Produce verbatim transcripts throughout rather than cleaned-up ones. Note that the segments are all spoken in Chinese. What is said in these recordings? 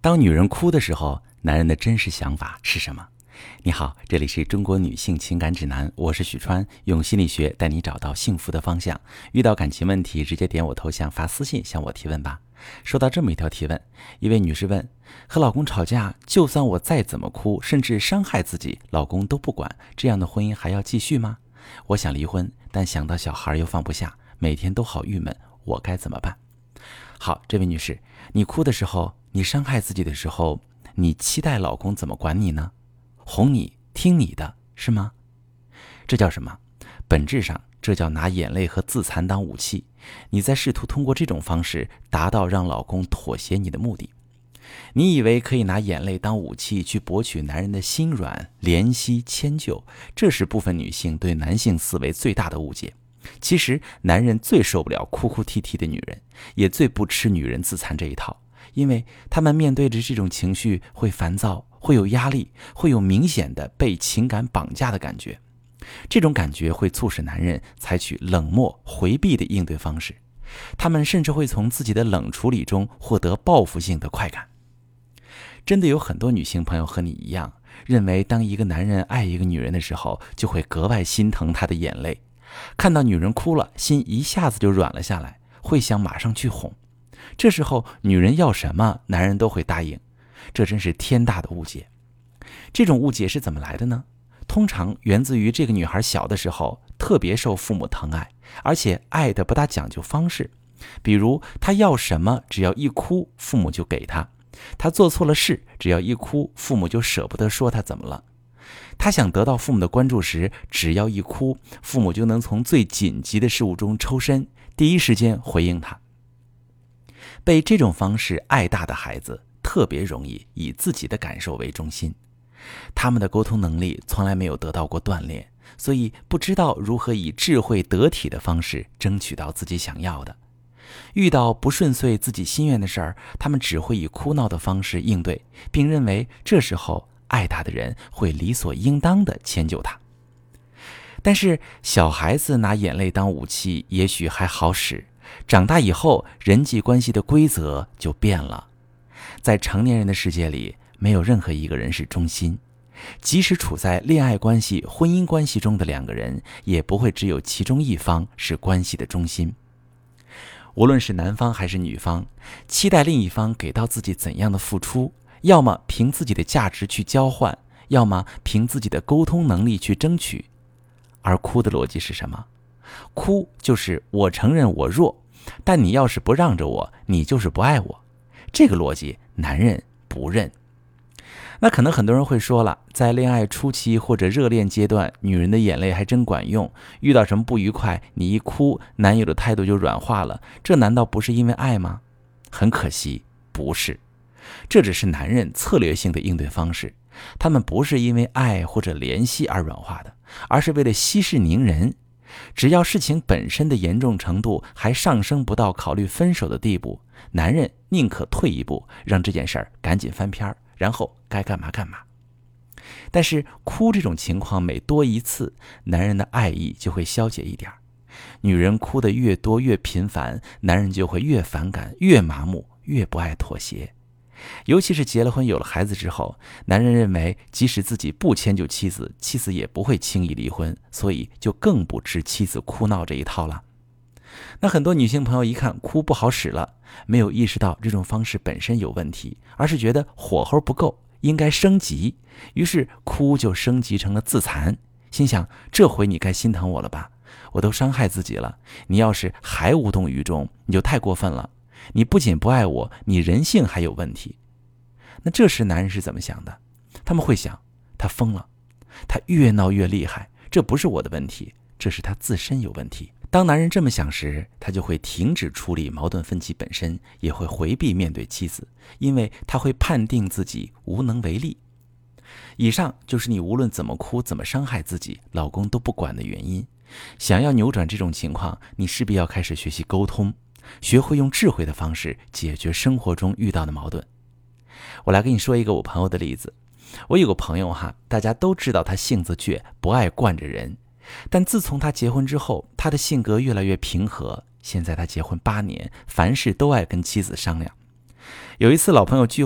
当女人哭的时候，男人的真实想法是什么？你好，这里是中国女性情感指南，我是许川，用心理学带你找到幸福的方向。遇到感情问题，直接点我头像发私信向我提问吧。收到这么一条提问，一位女士问：和老公吵架，就算我再怎么哭，甚至伤害自己，老公都不管，这样的婚姻还要继续吗？我想离婚，但想到小孩又放不下，每天都好郁闷，我该怎么办？好，这位女士，你哭的时候，你伤害自己的时候，你期待老公怎么管你呢？哄你，听你的，是吗？这叫什么？本质上，这叫拿眼泪和自残当武器。你在试图通过这种方式达到让老公妥协你的目的。你以为可以拿眼泪当武器去博取男人的心软、怜惜、迁就，这是部分女性对男性思维最大的误解。其实男人最受不了哭哭啼啼的女人，也最不吃女人自残这一套，因为他们面对着这种情绪会烦躁，会有压力，会有明显的被情感绑架的感觉。这种感觉会促使男人采取冷漠回避的应对方式，他们甚至会从自己的冷处理中获得报复性的快感。真的有很多女性朋友和你一样，认为当一个男人爱一个女人的时候，就会格外心疼她的眼泪，看到女人哭了，心一下子就软了下来，会想马上去哄。这时候女人要什么，男人都会答应，这真是天大的误解。这种误解是怎么来的呢？通常源自于这个女孩小的时候特别受父母疼爱，而且爱的不大讲究方式。比如她要什么，只要一哭，父母就给她；她做错了事，只要一哭，父母就舍不得说她怎么了。她想得到父母的关注时，只要一哭，父母就能从最紧急的事物中抽身，第一时间回应她。被这种方式爱大的孩子特别容易以自己的感受为中心，他们的沟通能力从来没有得到过锻炼，所以不知道如何以智慧得体的方式争取到自己想要的。遇到不顺遂自己心愿的事儿，他们只会以哭闹的方式应对，并认为这时候爱他的人会理所应当地迁就他。但是小孩子拿眼泪当武器也许还好使，长大以后人际关系的规则就变了。在成年人的世界里，没有任何一个人是中心，即使处在恋爱关系、婚姻关系中的两个人，也不会只有其中一方是关系的中心。无论是男方还是女方，期待另一方给到自己怎样的付出，要么凭自己的价值去交换，要么凭自己的沟通能力去争取。而哭的逻辑是什么？哭就是我承认我弱，但你要是不让着我，你就是不爱我。这个逻辑男人不认。那可能很多人会说了，在恋爱初期或者热恋阶段，女人的眼泪还真管用，遇到什么不愉快，你一哭，男友的态度就软化了，这难道不是因为爱吗？很可惜，不是。这只是男人策略性的应对方式，他们不是因为爱或者怜惜而软化的，而是为了息事宁人。只要事情本身的严重程度还上升不到考虑分手的地步，男人宁可退一步，让这件事儿赶紧翻篇，然后该干嘛干嘛。但是哭这种情况每多一次，男人的爱意就会消解一点。女人哭得越多越频繁，男人就会越反感，越麻木，越不爱妥协。尤其是结了婚有了孩子之后，男人认为即使自己不迁就妻子，妻子也不会轻易离婚，所以就更不吃妻子哭闹这一套了。那很多女性朋友一看哭不好使了，没有意识到这种方式本身有问题，而是觉得火候不够，应该升级，于是哭就升级成了自残，心想这回你该心疼我了吧，我都伤害自己了，你要是还无动于衷，你就太过分了，你不仅不爱我，你人性还有问题。那这时男人是怎么想的？他们会想，他疯了，他越闹越厉害，这不是我的问题，这是他自身有问题。当男人这么想时，他就会停止处理矛盾分歧本身，也会回避面对妻子，因为他会判定自己无能为力。以上就是你无论怎么哭，怎么伤害自己，老公都不管的原因。想要扭转这种情况，你势必要开始学习沟通，学会用智慧的方式解决生活中遇到的矛盾。我来跟你说一个我朋友的例子。我有个朋友哈，大家都知道他性子倔，不爱惯着人，但自从他结婚之后，他的性格越来越平和。现在他结婚八年，凡事都爱跟妻子商量。有一次老朋友聚会，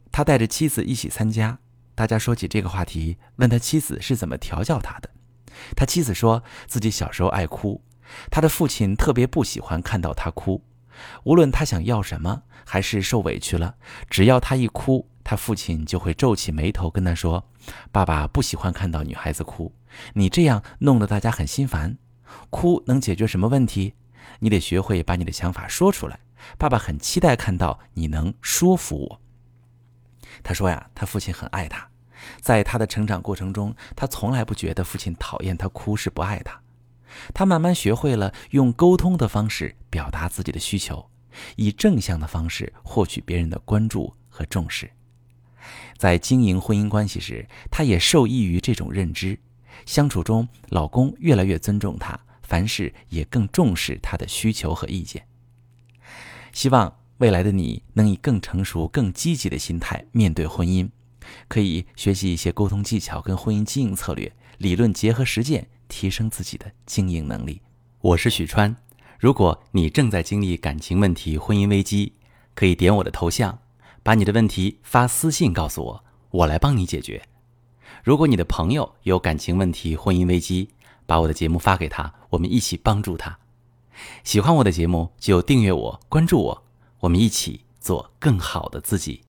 他带着妻子一起参加，大家说起这个话题，问他妻子是怎么调教他的。他妻子说自己小时候爱哭，他的父亲特别不喜欢看到他哭，无论他想要什么还是受委屈了，只要他一哭，他父亲就会皱起眉头跟他说，爸爸不喜欢看到女孩子哭，你这样弄得大家很心烦，哭能解决什么问题？你得学会把你的想法说出来，爸爸很期待看到你能说服我。他说呀，他父亲很爱他，在他的成长过程中，他从来不觉得父亲讨厌他哭是不爱他。他慢慢学会了用沟通的方式表达自己的需求，以正向的方式获取别人的关注和重视。在经营婚姻关系时，他也受益于这种认知，相处中老公越来越尊重他，凡事也更重视他的需求和意见。希望未来的你能以更成熟、更积极的心态面对婚姻，可以学习一些沟通技巧跟婚姻经营策略，理论结合实践，提升自己的经营能力。我是许川，如果你正在经历感情问题、婚姻危机，可以点我的头像，把你的问题发私信告诉我，我来帮你解决。如果你的朋友有感情问题、婚姻危机，把我的节目发给他，我们一起帮助他。喜欢我的节目就订阅我、关注我，我们一起做更好的自己。